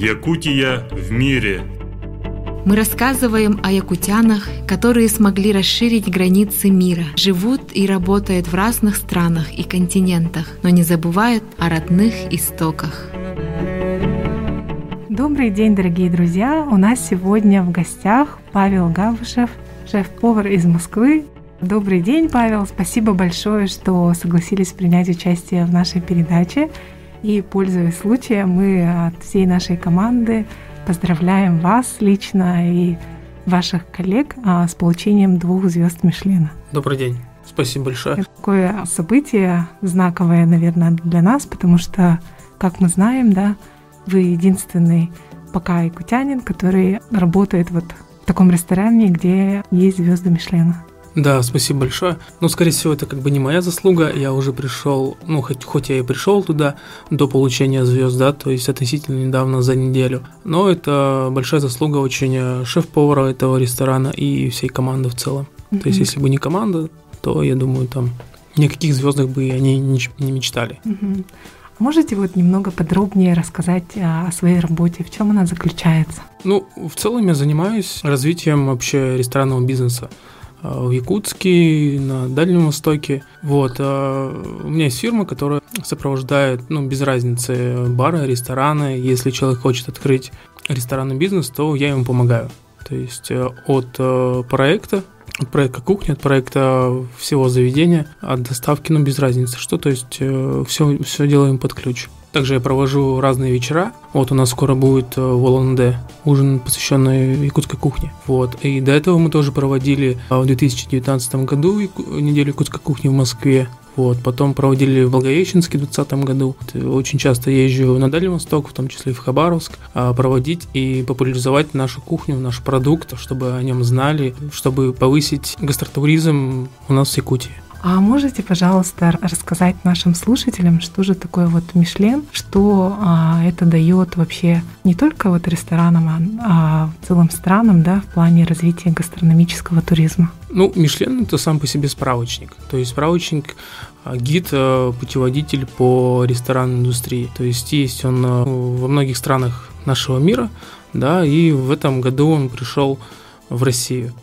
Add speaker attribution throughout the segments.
Speaker 1: Якутия в мире.
Speaker 2: Мы рассказываем о якутянах, которые смогли расширить границы мира, живут и работают в разных странах и континентах, но не забывают о родных истоках.
Speaker 3: Добрый день, дорогие друзья! У нас сегодня в гостях Павел Гавышев, шеф-повар из Москвы. Добрый день, Павел! Спасибо большое, что согласились принять участие в нашей передаче. И, пользуясь случаем, мы от всей нашей команды поздравляем вас лично и ваших коллег с получением 2 звезд Мишлена.
Speaker 4: Добрый день. Спасибо большое.
Speaker 3: Это такое событие знаковое, наверное, для нас, потому что, как мы знаем, да, вы единственный пока якутянин, который работает вот в таком ресторане, где есть звезды Мишлена.
Speaker 4: Да, спасибо большое. Но, скорее всего, это как бы не моя заслуга. Я уже пришел, хоть я и пришел туда до получения звезд, да, то есть относительно недавно, за неделю. Но это большая заслуга очень шеф-повара этого ресторана и всей команды в целом. То есть, если бы не команда, то, я думаю, там ни о каких звездах бы они не мечтали.
Speaker 3: Можете вот немного подробнее рассказать о своей работе, в чем она заключается?
Speaker 4: В целом я занимаюсь развитием вообще ресторанного бизнеса в Якутске, на Дальнем Востоке. У меня есть фирма, которая сопровождает, без разницы, бары, рестораны. Если человек хочет открыть ресторанный бизнес, то я ему помогаю. То есть от проекта кухни, от проекта всего заведения, от доставки, без разницы что, то есть все делаем под ключ. Также я провожу разные вечера. У нас скоро будет Волонде, ужин, посвященный якутской кухне. И до этого мы тоже проводили в 2019 году неделю якутской кухни в Москве. Потом проводили в Благовещенске в 2020 году. Очень часто езжу на Дальний Восток, в том числе и в Хабаровск, проводить и популяризовать нашу кухню, наш продукт, чтобы о нем знали, чтобы повысить гастротуризм у нас в Якутии.
Speaker 3: А можете, пожалуйста, рассказать нашим слушателям, что же такое Мишлен, что это дает вообще не только ресторанам, а в целом странам, да, в плане развития гастрономического туризма?
Speaker 4: Мишлен – это сам по себе справочник. То есть справочник, гид, путеводитель по ресторанной индустрии. То есть он во многих странах нашего мира, да, и в этом году он пришел в Россию.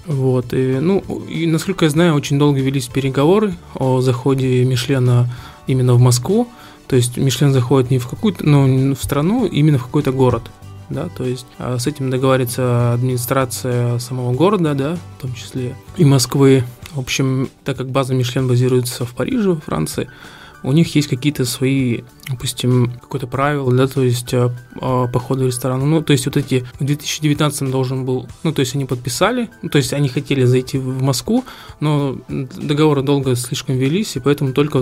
Speaker 4: И, насколько я знаю, очень долго велись переговоры о заходе Мишлена именно в Москву. То есть Мишлен заходит не в какую-то, в страну, именно в какой-то город. Да, то есть с этим договаривается администрация самого города, да, в том числе и Москвы. В общем, так как база Мишлен базируется в Париже, во Франции, у них есть какие-то свои, допустим, какое-то правило, да, то есть по ходу ресторана. То есть эти в 2019 должен был, то есть они подписали, то есть они хотели зайти в Москву, но договоры долго слишком велись, и поэтому только в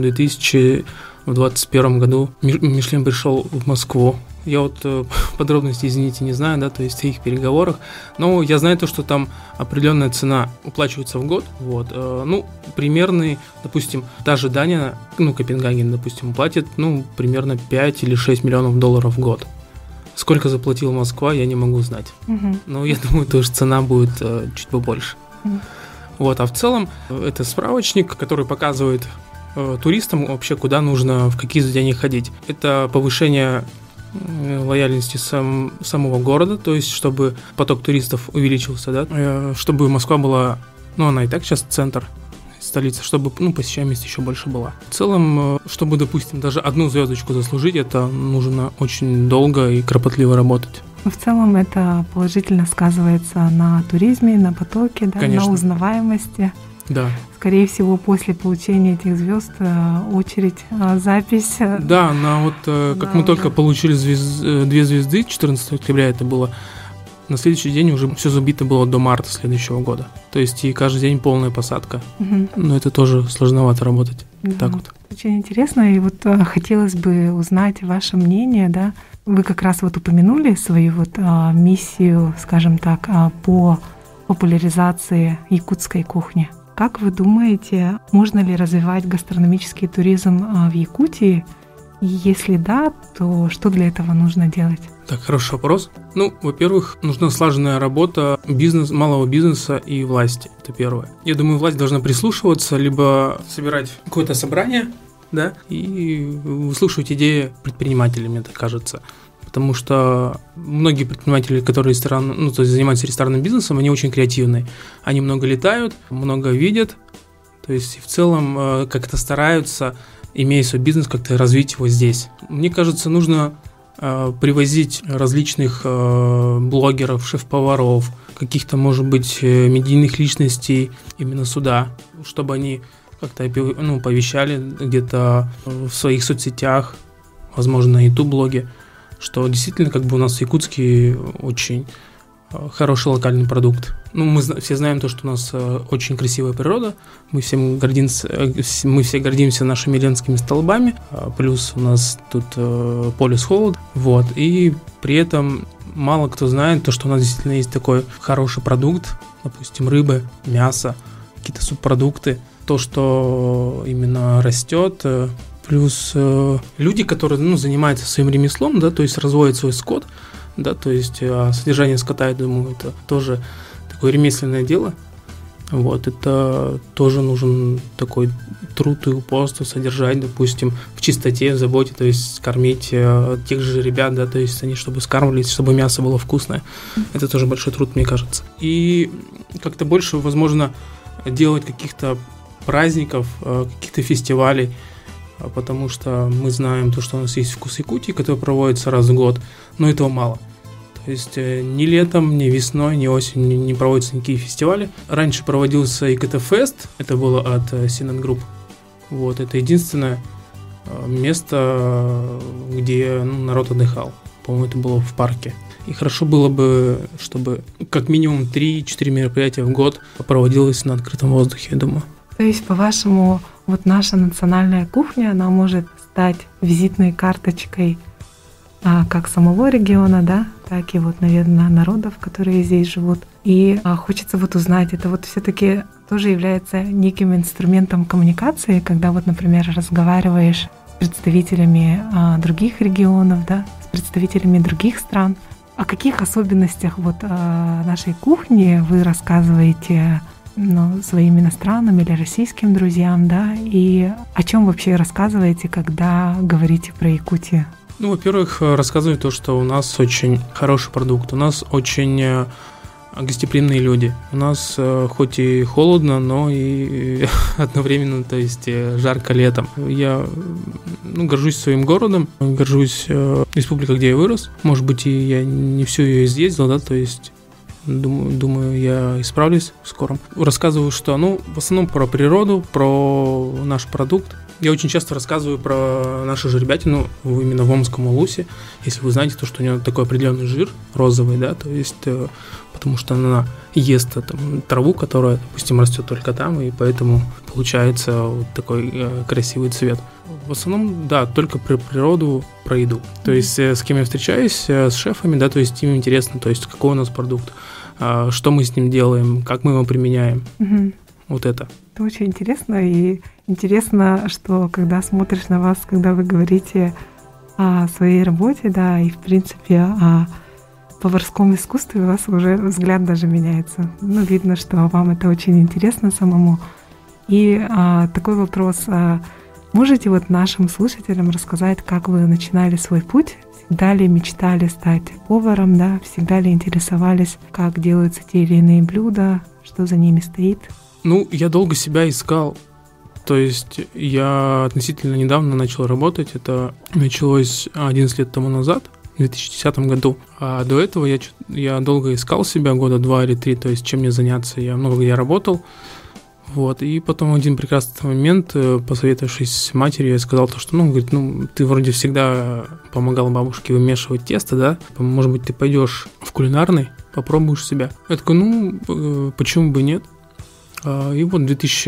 Speaker 4: 2021 году Мишлен пришел в Москву. Я подробности, извините, не знаю, да, то есть в их переговорах, но я знаю то, что там определенная цена уплачивается в год, примерный, допустим, та же Дания, Копенгаген, допустим, платит, примерно 5 или 6 миллионов долларов в год. Сколько заплатила Москва, я не могу знать. Но я думаю, тоже цена будет чуть побольше. А в целом это справочник, который показывает туристам вообще, куда нужно, в какие заведения ходить. Это повышение лояльности самого города, то есть чтобы поток туристов увеличился, да, чтобы Москва была, она и так сейчас центр, столица, чтобы посещаемость еще больше была. В целом, чтобы, допустим, даже 1 звездочку заслужить, это нужно очень долго и кропотливо работать.
Speaker 3: В целом это положительно сказывается на туризме, на потоке, да, на узнаваемости. Да. Скорее всего, после получения этих звезд очередь, запись.
Speaker 4: Да, как мы только получили 2 звезды, 14 октября это было, на следующий день уже все забито было до марта следующего года. То есть и каждый день полная посадка. Но это тоже сложновато работать.
Speaker 3: Да. Так вот. Очень интересно, и хотелось бы узнать ваше мнение, да. Вы как раз упомянули свою миссию, скажем так, по популяризации якутской кухни. Как вы думаете, можно ли развивать гастрономический туризм в Якутии? И если да, то что для этого нужно делать?
Speaker 4: Так, хороший вопрос. Во-первых, нужна слаженная работа малого бизнеса и власти. Это первое. Я думаю, власть должна прислушиваться, либо собирать какое-то собрание, да, и выслушивать идеи предпринимателей, мне так кажется. потому что многие предприниматели, которые то есть занимаются ресторанным бизнесом, они очень креативные. Они много летают, много видят, то есть в целом как-то стараются, имея свой бизнес, как-то развить его здесь. Мне кажется, нужно привозить различных блогеров, шеф-поваров, каких-то, может быть, медийных личностей именно сюда, чтобы они как-то повещали где-то в своих соцсетях, возможно, на YouTube-блоге, что действительно у нас в Якутске очень хороший локальный продукт. Мы все знаем то, что у нас очень красивая природа, мы все гордимся нашими ленскими столбами, плюс у нас тут полюс холод, и при этом мало кто знает то, что у нас действительно есть такой хороший продукт, допустим, рыба, мясо, какие-то субпродукты, то, что именно растет, плюс люди, которые занимаются своим ремеслом, то есть разводят свой скот, то есть содержание скота, я думаю, это тоже такое ремесленное дело. Это тоже нужен такой труд и упорство содержать, допустим, в чистоте, в заботе, то есть кормить тех же ребят, то есть они чтобы скармливались, чтобы мясо было вкусное. Это тоже большой труд, мне кажется. И как-то больше, возможно, делать каких-то праздников, каких-то фестивалей, потому что мы знаем то, что у нас есть «Вкус Якутии», который проводится раз в год, но этого мало. То есть ни летом, ни весной, ни осенью не проводятся никакие фестивали. Раньше проводился ИКТ-фест, это было от Синан Групп. Это единственное место, где народ отдыхал. По-моему, это было в парке. И хорошо было бы, чтобы как минимум 3-4 мероприятия в год проводилось на открытом воздухе, я думаю.
Speaker 3: То есть, по-вашему, наша национальная кухня, она может стать визитной карточкой как самого региона, так и наверное, народов, которые здесь живут. И хочется узнать, это все-таки тоже является неким инструментом коммуникации, когда например, разговариваешь с представителями других регионов, с представителями других стран. О каких особенностях нашей кухни вы рассказываете своим иностранным или российским друзьям, и о чем вообще рассказываете, когда говорите про Якутию?
Speaker 4: Во-первых, рассказываю то, что у нас очень хороший продукт, у нас очень гостеприимные люди. У нас хоть и холодно, но и одновременно, то есть жарко летом. Я горжусь своим городом, горжусь республикой, где я вырос. Может быть, и я не всю ее изъездил, то есть думаю, я исправлюсь в скором. Рассказываю, что, в основном про природу, про наш продукт. Я очень часто рассказываю про нашу жеребятину именно в Омском улусе. Если вы знаете, то, что у нее такой определенный жир розовый, то есть потому что она ест траву, которая, допустим, растет только там, и поэтому получается такой красивый цвет. В основном, только про природу, про еду. То есть с кем я встречаюсь, с шефами, то есть им интересно, то есть какой у нас продукт, что мы с ним делаем, как мы его применяем. Это.
Speaker 3: Это очень интересно, и интересно, что когда смотришь на вас, когда вы говорите о своей работе, и в принципе о поварском искусстве, у вас уже взгляд даже меняется. Видно, что вам это очень интересно самому. И такой вопрос: можете нашим слушателям рассказать, как вы начинали свой путь? Всегда ли мечтали стать поваром, Всегда ли интересовались, как делаются те или иные блюда, что за ними стоит?
Speaker 4: Я долго себя искал. То есть я относительно недавно начал работать. Это началось 11 лет тому назад, в 2010 году. А до этого я долго искал себя, года 2 или 3, то есть чем мне заняться. Я много где работал. И потом в один прекрасный момент, посоветовавшись с матерью, я сказал то, что, ты вроде всегда помогал бабушке вымешивать тесто, может быть, ты пойдешь в кулинарный, попробуешь себя. Я такой, почему бы нет? И в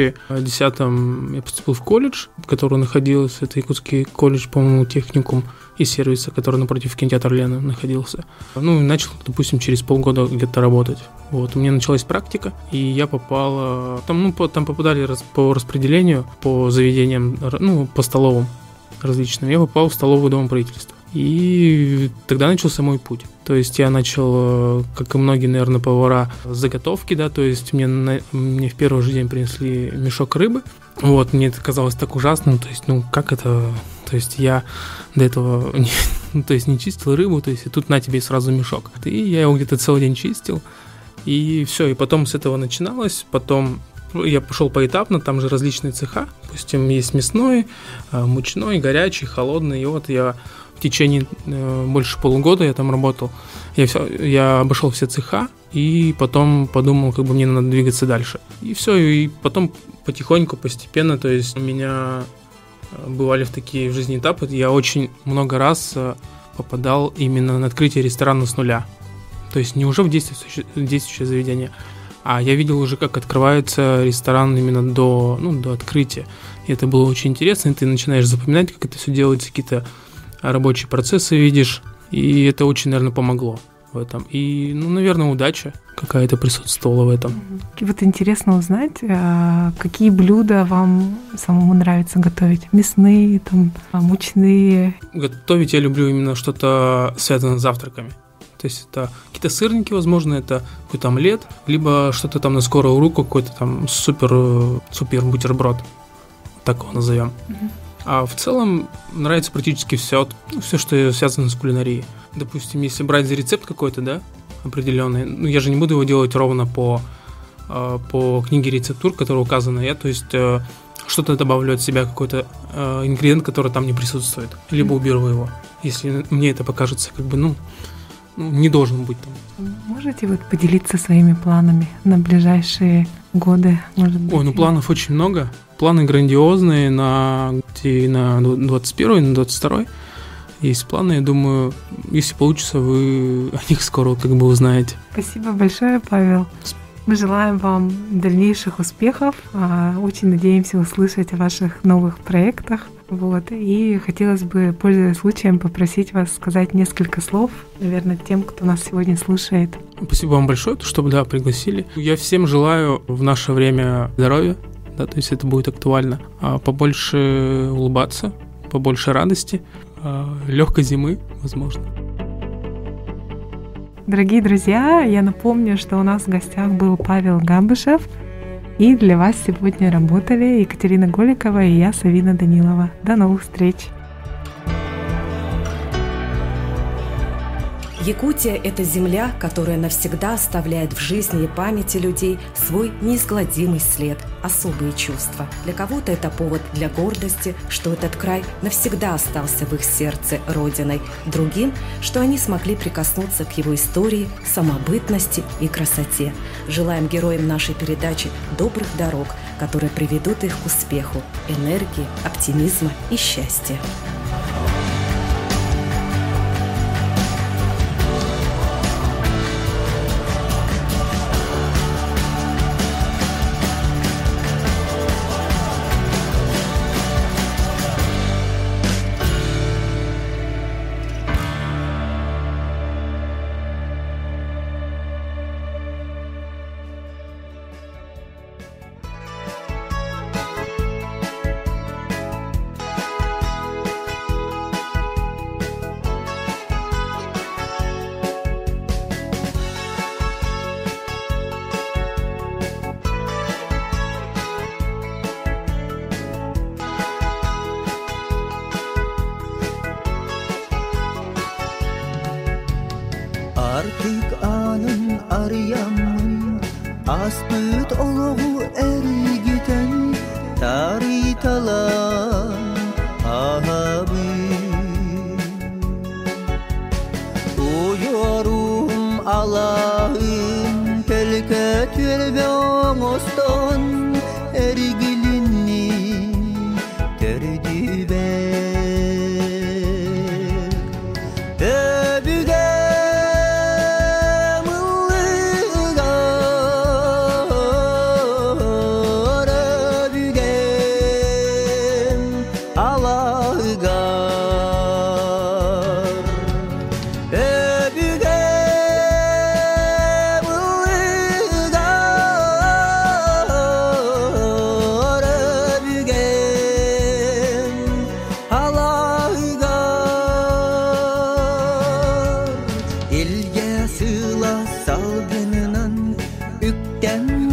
Speaker 4: 2010-м я поступил в колледж, который находился, это Якутский колледж, по-моему, техникум и сервиса, который напротив кинотеатра Лена находился. И начал, допустим, через полгода где-то работать. У меня началась практика, и я попал... Там попадали по распределению, по заведениям, по столовым различным. Я попал в столовую Дома правительства. И тогда начался мой путь. То есть я начал, как и многие, наверное, повара, с заготовки, то есть мне в первый же день принесли мешок рыбы. Мне это казалось так ужасно, то есть, как это... То есть я до этого Ну, то есть не чистил рыбу, то есть и тут на тебе сразу мешок. И я его где-то целый день чистил, и все, и потом с этого начиналось, потом я пошел поэтапно, там же различные цеха, допустим, есть мясной, мучной, горячий, холодный, и вот я в течение больше полугода я там работал, я обошел все цеха, и потом подумал, как бы мне надо двигаться дальше. И все, и потом потихоньку, постепенно, то есть у меня бывали в такие в жизни этапы, я очень много раз попадал именно на открытие ресторана с нуля. То есть не уже в действующее заведение, а я видел уже, как открывается ресторан именно до открытия. И это было очень интересно, и ты начинаешь запоминать, как это все делается, какие-то рабочие процессы видишь, и это очень, наверное, помогло в этом. И, наверное, удача какая-то присутствовала в этом.
Speaker 3: И вот интересно узнать, какие блюда вам самому нравится готовить? Мясные, там, мучные?
Speaker 4: Готовить я люблю именно что-то связанное с завтраками. То есть это какие-то сырники, возможно, это какой-то омлет, либо что-то там на скорую руку, какой-то там супер бутерброд, так его назовем. А в целом нравится практически все, что связано с кулинарией. Допустим, если брать за рецепт какой-то, да, определенный, я же не буду его делать ровно по книге рецептур, которая указана. Я, то есть, что-то добавлю от себя, какой-то ингредиент, который там не присутствует, либо уберу его, если мне это покажется, как бы, не должен быть там.
Speaker 3: Можете вот поделиться своими планами на ближайшие годы, может быть?
Speaker 4: Ой, планов очень много. Планы грандиозные на 21 и на 22. Есть планы, я думаю, если получится, вы о них скоро как бы узнаете.
Speaker 3: Спасибо большое, Павел. Мы желаем вам дальнейших успехов. Очень надеемся услышать о ваших новых проектах. И хотелось бы, пользуясь случаем, попросить вас сказать несколько слов, наверное, тем, кто нас сегодня слушает.
Speaker 4: Спасибо вам большое, что пригласили. Я всем желаю в наше время здоровья, то есть это будет актуально. Побольше улыбаться, побольше радости, легкой зимы, возможно.
Speaker 3: Дорогие друзья, я напомню, что у нас в гостях был Павел Габышев, и для вас сегодня работали Екатерина Голикова и я, Савина Данилова. До новых встреч!
Speaker 5: Якутия – это земля, которая навсегда оставляет в жизни и памяти людей свой неизгладимый след, особые чувства. Для кого-то это повод для гордости, что этот край навсегда остался в их сердце родиной. Другим, что они смогли прикоснуться к его истории, самобытности и красоте. Желаем героям нашей передачи добрых дорог, которые приведут их к успеху, энергии, оптимизма и счастья.
Speaker 6: Artık anın arayamın Aspıt oluğu eri giden Taritalan ahabi Uyuyorum Allah'ın Pelke tülbe ostan Ergilini derdi ben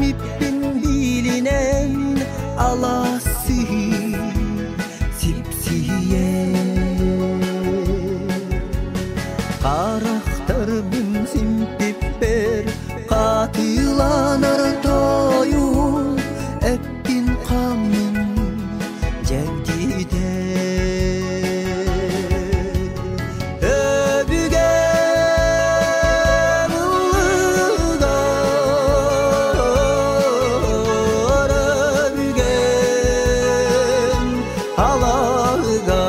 Speaker 6: Alası, sipsi Қарақтар бүн симпип бер қатыланар тойу әппин қамын жәңдиде өбіге мұлығар өбіген алағығар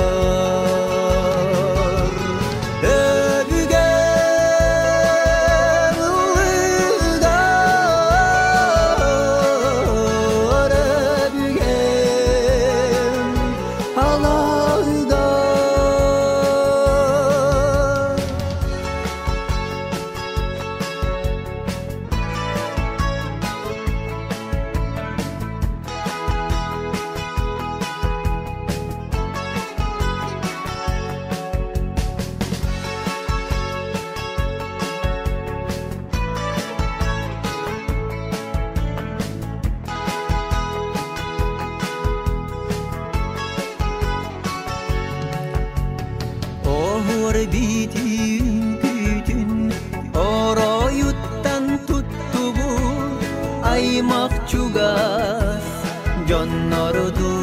Speaker 6: Bitin kütün Oroyuttan tuttu bu Aymak çugas Jonnordu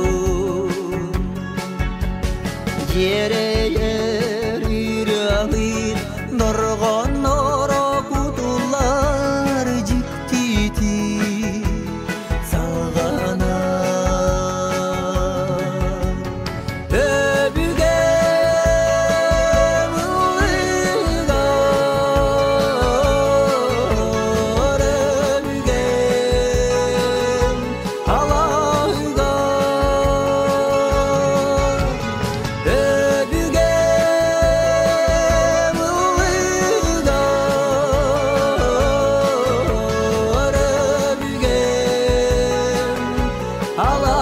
Speaker 6: Yere yer irahir Dorgon oro kutular Jiktiti Salgana Allah